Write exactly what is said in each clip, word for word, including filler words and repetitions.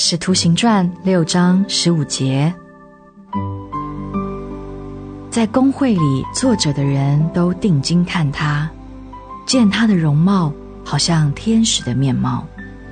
使徒行传六章十五节，在公会里坐着的人都定睛看他，见他的容貌好像天使的面貌。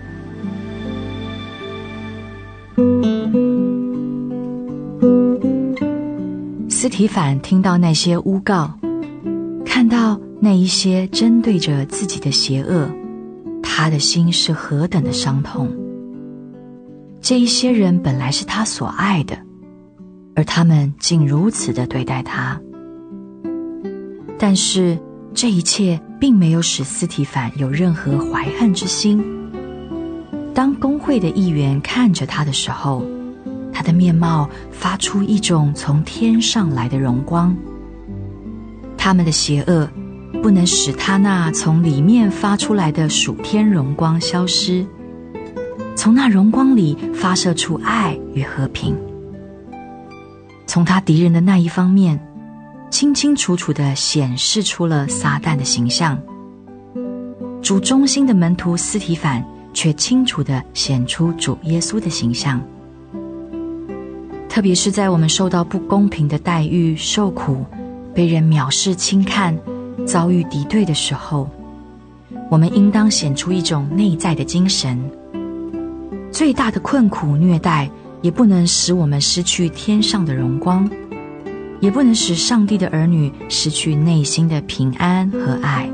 司提反听到那些诬告，看到那一些针对着自己的邪恶，他的心是何等的伤痛。这一些人本来是他所爱的，而他们竟如此的对待他。但是这一切并没有使司提反有任何怀恨之心。当公会的议员看着他的时候，他的面貌发出一种从天上来的荣光。他们的邪恶不能使他那从里面发出来的属天荣光消失，从那荣光里发射出爱与和平。从他敌人的那一方面，清清楚楚地显示出了撒旦的形象。主忠心的门徒司提反却清楚地显出主耶稣的形象。特别是在我们受到不公平的待遇、受苦、被人藐视轻看、遭遇敌对的时候，我们应当显出一种内在的精神。最大的困苦虐待也不能使我们失去天上的荣光，也不能使上帝的儿女失去内心的平安和爱。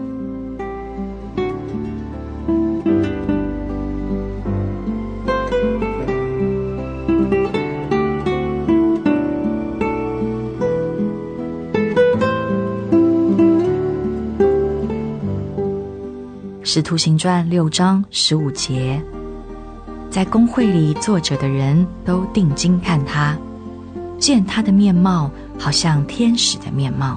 使徒行传六章十五节，在公会里坐着的人都定睛看他，见他的面貌好像天使的面貌。